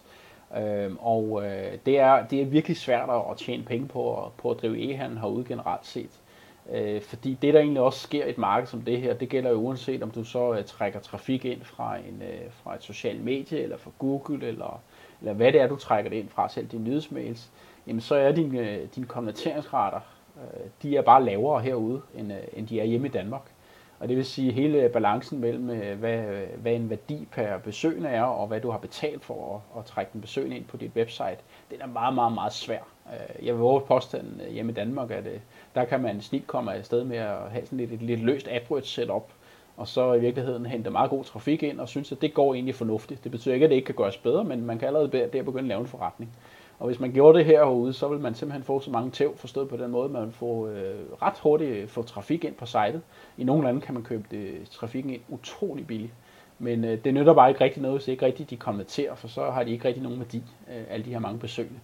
Og det er virkelig svært at tjene penge på at drive e-handel herude generelt set. Fordi det, der egentlig også sker i et marked som det her, det gælder jo uanset om du så trækker trafik ind fra et socialt medie, eller fra Google, eller hvad det er, du trækker det ind fra, selv dine nyhedsmails, jamen så er dine konverteringsrater, de er bare lavere herude, end de er hjemme i Danmark. Og det vil sige, hele balancen mellem, hvad en værdi per besøgende er, og hvad du har betalt for at trække den besøgende ind på dit website, den er meget, meget, meget svær. Jeg vil våge påstanden hjemme i Danmark, at der kan man snit komme afsted med at have sådan et lidt løst AdWords setup, og så i virkeligheden hente meget god trafik ind, og synes, at det går egentlig fornuftigt. Det betyder ikke, at det ikke kan gøres bedre, men man kan allerede der begynde at lave en forretning. Og hvis man gjorde det herude, så vil man simpelthen få så mange tæv, forstået på den måde, man vil få ret hurtigt få trafik ind på sitet. I nogle lande kan man købe trafikken ind utrolig billigt. Men det nytter bare ikke rigtig noget, hvis ikke rigtig de konverterer, for så har de ikke rigtig nogen værdi, alle de her mange besøgende.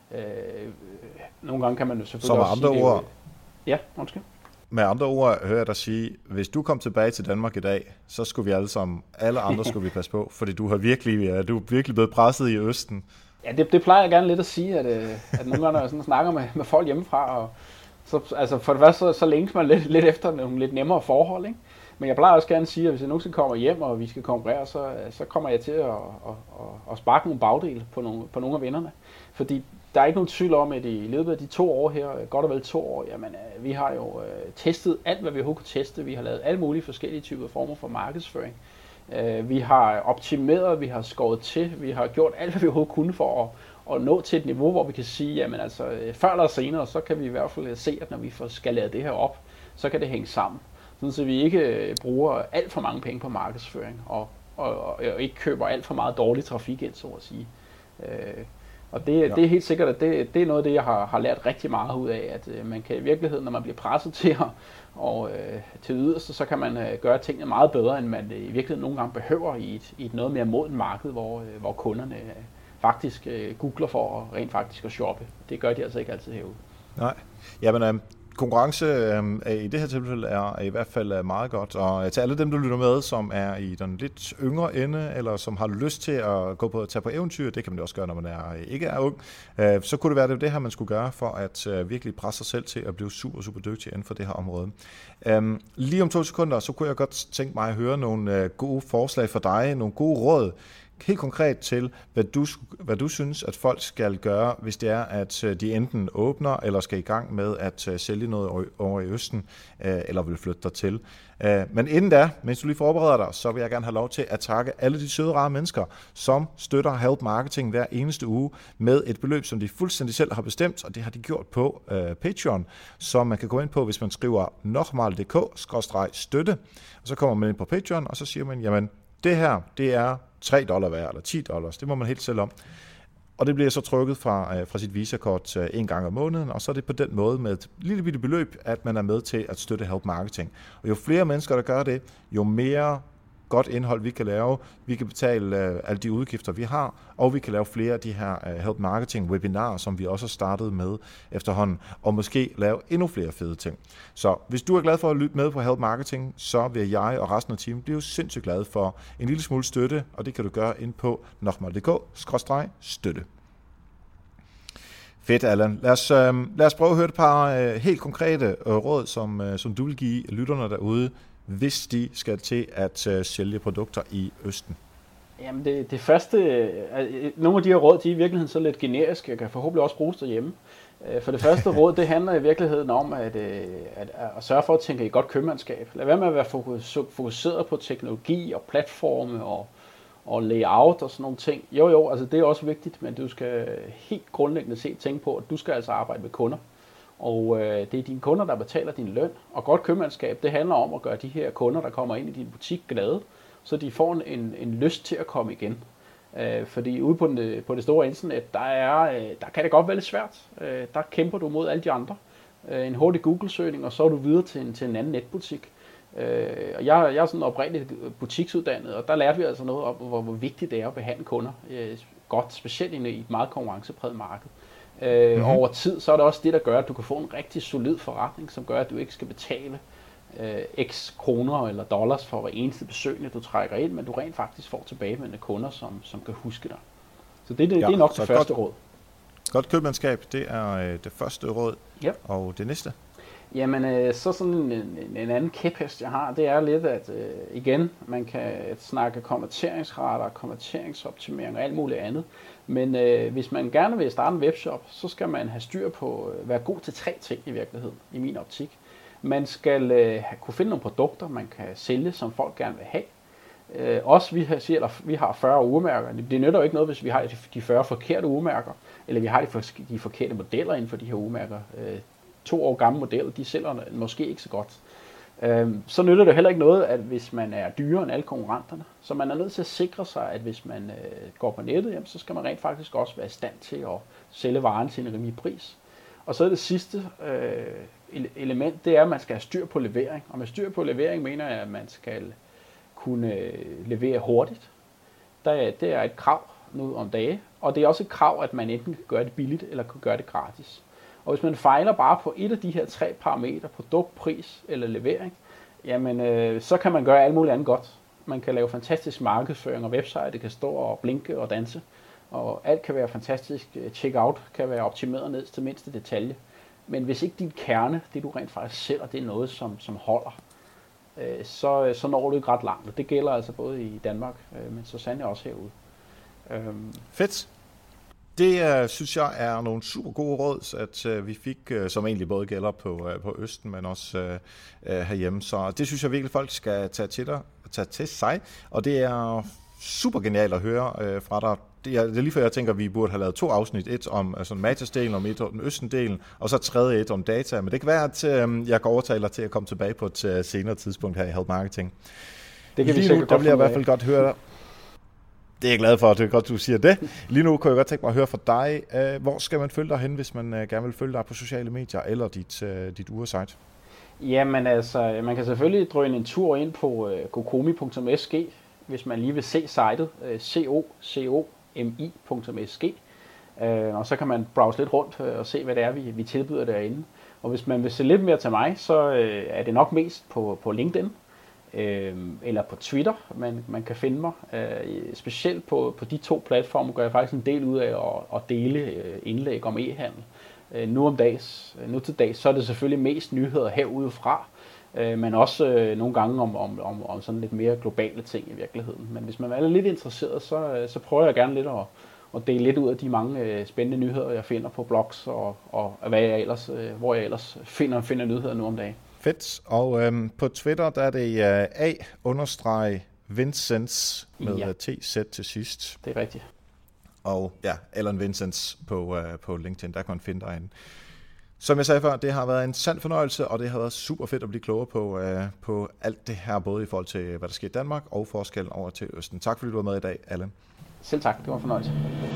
Nogle gange kan man jo selvfølgelig også sige det. Ja, undskyld. Med andre ord hører jeg dig sige, hvis du kom tilbage til Danmark i dag, så skulle vi alle andre skulle vi passe på, fordi du er virkelig blevet presset i Østen. Ja, det plejer jeg gerne lidt at sige, at nogle gange, når jeg sådan snakker med folk hjemmefra, og så, altså for det første, så længes man lidt efter nogle lidt nemmere forhold, ikke? Men jeg plejer også gerne at sige, at hvis jeg nogensinde kommer hjem, og vi skal konkurrere, så kommer jeg til at sparke nogle bagdele på nogle af vennerne. Fordi der er ikke nogen tvivl om, at i løbet af de 2 år her, godt og vel 2 år, jamen vi har jo testet alt, hvad vi overhovedet kunne teste. Vi har lavet alle mulige forskellige typer former for markedsføring. Vi har optimeret, vi har skåret til, vi har gjort alt, hvad vi overhovedet kunne for at nå til et niveau, hvor vi kan sige, jamen altså før eller senere, så kan vi i hvert fald se, at når vi får skaleret det her op, så kan det hænge sammen. Sådan så vi ikke bruger alt for mange penge på markedsføring, og ikke køber alt for meget dårlig trafik ind, så at sige. Og det er helt sikkert, at det er noget af det, jeg har lært rigtig meget ud af, at man kan i virkeligheden, når man bliver presset til til yderste, så kan man gøre tingene meget bedre, end man i virkeligheden nogle gange behøver i et noget mere modent marked, hvor kunderne faktisk googler for rent faktisk at shoppe. Det gør de altså ikke altid herude. Nej, jamen konkurrence i det her tilfælde er i hvert fald meget godt, og til alle dem, der lytter med, som er i den lidt yngre ende, eller som har lyst til at tage på eventyr, det kan man også gøre, når man ikke er ung, så kunne det være det her, man skulle gøre for at virkelig presse sig selv til at blive super, super dygtig inden for det her område. Lige om 2 sekunder, så kunne jeg godt tænke mig at høre nogle gode forslag for dig, nogle gode råd, helt konkret til, hvad du synes, at folk skal gøre, hvis det er, at de enten åbner, eller skal i gang med at sælge noget over i Østen, eller vil flytte dertil. Men inden da, mens du lige forbereder dig, så vil jeg gerne have lov til at takke alle de søde, rare mennesker, som støtter Help Marketing hver eneste uge med et beløb, som de fuldstændig selv har bestemt, og det har de gjort på Patreon, som man kan gå ind på, hvis man skriver nokmal.dk/støtte, og så kommer man ind på Patreon, og så siger man, jamen, det her, det er $3 værd, eller $10, det må man helt selv om. Og det bliver så trykket fra sit Visa-kort en gang om måneden, og så er det på den måde med et lille bitte beløb, at man er med til at støtte Help Marketing. Og jo flere mennesker, der gør det, jo mere godt indhold vi kan lave, vi kan betale alle de udgifter, vi har, og vi kan lave flere af de her Help Marketing webinarer, som vi også har startet med efterhånden, og måske lave endnu flere fede ting. Så hvis du er glad for at lytte med på Help Marketing, så vil jeg og resten af teamet blive sindssygt glade for en lille smule støtte, og det kan du gøre ind på nokmal.dk/støtte. Fedt, Allan. Lad os prøve at høre et par helt konkrete råd, som du vil give lytterne derude, hvis de skal til at sælge produkter i Østen. Jamen det første, nogle af de her råd, de er i virkeligheden så lidt generiske, og kan forhåbentlig også bruges derhjemme. For det første råd, det handler i virkeligheden om at sørge for at tænke i godt købmandskab. Lad være med at være fokuseret på teknologi og platforme og layout og sådan nogle ting. Jo, altså det er også vigtigt, men du skal helt grundlæggende set tænke på, at du skal altså arbejde med kunder. Og det er dine kunder, der betaler din løn. Og godt købmandskab, det handler om at gøre de her kunder, der kommer ind i din butik, glade, så de får en lyst til at komme igen. Fordi ude på det store internet, der kan det godt være lidt svært. Der kæmper du mod alle de andre. En hurtig Google-søgning, og så er du videre til en anden netbutik. Og jeg er sådan oprindeligt butiksuddannet, og der lærte vi altså noget om, hvor vigtigt det er at behandle kunder godt, specielt i et meget konkurrencepræget marked. Over tid, så er det også det, der gør, at du kan få en rigtig solid forretning, som gør, at du ikke skal betale x kroner eller dollars for hver eneste besøgende, du trækker ind, men du rent faktisk får tilbagevendende kunder, som kan huske dig. Så det er nok det første råd. Godt købmandskab, det er det første råd. Yep. Og det næste? Jamen, så sådan en anden kæphest, jeg har, det er lidt, at igen, man kan snakke konverteringsrater, konverteringsoptimering og alt muligt andet. Men hvis man gerne vil starte en webshop, så skal man have styr på, være god til 3 ting i virkeligheden, i min optik. Man skal kunne finde nogle produkter, man kan sælge, som folk gerne vil have. Vi har 40 urmærker. Det nytter jo ikke noget, hvis vi har de 40 forkerte urmærker, eller vi har de forkerte modeller inden for de her urmærker. 2 år gamle modeller, de sælger måske ikke så godt. Så nytter det heller ikke noget, at hvis man er dyrere end alle konkurrenterne, så man er nødt til at sikre sig, at hvis man går på nettet, jamen, så skal man rent faktisk også være i stand til at sælge varen til en rimelig pris. Og så er det sidste element, det er, at man skal have styr på levering. Og med styr på levering mener jeg, at man skal kunne levere hurtigt. Det er et krav nu om dage, og det er også et krav, at man enten kan gøre det billigt, eller kan gøre det gratis. Og hvis man fejler bare på et af de her 3 parametre, produkt, pris eller levering, jamen så kan man gøre alt muligt andet godt. Man kan lave fantastisk markedsføring, og website kan stå og blinke og danse, og alt kan være fantastisk. Checkout kan være optimeret ned til mindste detalje. Men hvis ikke din kerne, det du rent faktisk sælger, det er noget, som holder, så når du ikke ret langt. Og det gælder altså både i Danmark, men så sandelig også herude. Fedt. Det synes jeg er nogle super gode råd, at vi fik, som egentlig både gælder på Østen, men også herhjemme. Så det synes jeg virkelig, folk skal tage til sig. Og det er super genialt at høre fra dig. Det er lige før jeg tænker, at vi burde have lavet 2 afsnit. Et om Matas-delen, om et om den Østen-delen, og så 3. et om data. Men det kan være, at jeg kan overtale dig til at komme tilbage på et senere tidspunkt her i Help Marketing. Det kan vi sikkert godt. Der vil jeg i hvert fald godt høre dig. Det er jeg glad for, at det er godt, du siger det. Lige nu kunne jeg godt tænke mig at høre fra dig. Hvor skal man følge dig hen, hvis man gerne vil følge dig på sociale medier eller dit uresite? Jamen altså, man kan selvfølgelig drøne en tur ind på cocomi.sg, hvis man lige vil se sitet, cocomi.sg, og så kan man browse lidt rundt og se, hvad det er, vi tilbyder derinde. Og hvis man vil se lidt mere til mig, så er det nok mest på LinkedIn eller på Twitter, man kan finde mig. Specielt på de 2 platforme gør jeg faktisk en del ud af at dele indlæg om e-handel. Nu til dags, så er det selvfølgelig mest nyheder herudefra, men også nogle gange om sådan lidt mere globale ting i virkeligheden. Men hvis man er lidt interesseret, så prøver jeg gerne lidt at dele lidt ud af de mange spændende nyheder, jeg finder på blogs, og hvor jeg ellers finder nyheder nu om dagen. Fedt. Og på Twitter, der er det A_Vincents med TZ til sidst. Det er rigtigt. Og ja, Allan Vincents på LinkedIn, der kan man finde dig en. Som jeg sagde før, det har været en sand fornøjelse, og det har været super fedt at blive klogere på alt det her, både i forhold til, hvad der sker i Danmark, og forskellen over til Østen. Tak fordi du var med i dag, Allan. Selv tak, det var en fornøjelse.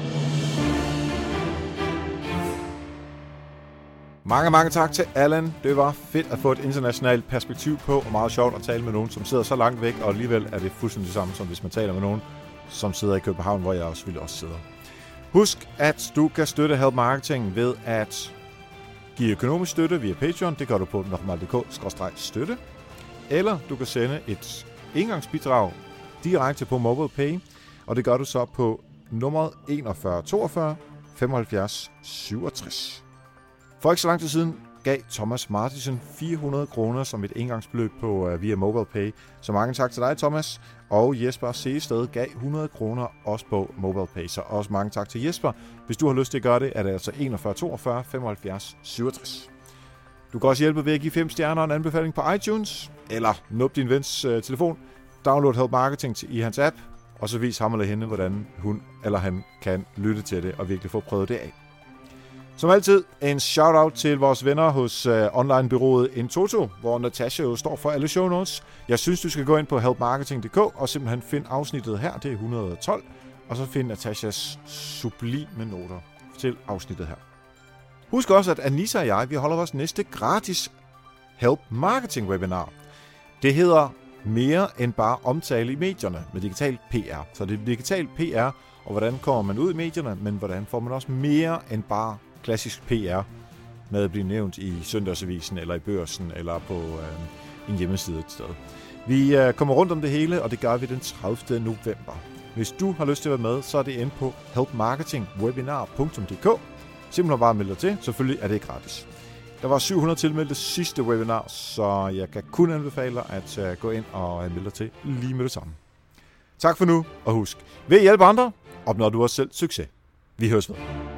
Mange tak til Allan. Det var fedt at få et internationalt perspektiv på, og meget sjovt at tale med nogen, som sidder så langt væk, og alligevel er det fuldstændig det samme, som hvis man taler med nogen, som sidder i København, hvor jeg selvfølgelig også sidder. Husk, at du kan støtte Help Marketing ved at give økonomisk støtte via Patreon. Det gør du på nokmal.dk/støtte. Eller du kan sende et engangsbidrag direkte på MobilePay, og det gør du så på nummeret 41 42 75 67. For ikke så lang tid siden gav Thomas Martinsen 400 kroner som et engangsbeløb via MobilePay. Så mange tak til dig, Thomas. Og Jesper Seested gav 100 kroner også på MobilePay. Så også mange tak til Jesper. Hvis du har lyst til at gøre det, er det altså 41 42 75 67. Du kan også hjælpe ved at give 5 stjerner og en anbefaling på iTunes. Eller nup din vens telefon. Download Help Marketing i hans app. Og så vis ham eller hende, hvordan hun eller han kan lytte til det og virkelig få prøvet det af. Som altid, en shout-out til vores venner hos onlinebyrået Intoto, hvor Natasha jo står for alle show notes. Jeg synes, du skal gå ind på helpmarketing.dk og simpelthen finde afsnittet her, det er 112, og så finde Natashas sublime noter til afsnittet her. Husk også, at Anissa og jeg, vi holder vores næste gratis Help Marketing webinar. Det hedder mere end bare omtale i medierne med digital PR. Så det er digital PR, og hvordan kommer man ud i medierne, men hvordan får man også mere end bare klassisk PR med at blive nævnt i Søndagsavisen eller i Børsen eller på en hjemmeside et sted. Vi kommer rundt om det hele, og det gør vi den 30. november. Hvis du har lyst til at være med, så er det inde på helpmarketingwebinar.dk. Simpelthen bare meld dig til. Selvfølgelig er det gratis. Der var 700 tilmeldte sidste webinar, så jeg kan kun anbefale dig at gå ind og melde dig til lige med det samme. Tak for nu, og husk, ved at hjælpe andre, opnår du også selv succes. Vi høres ved.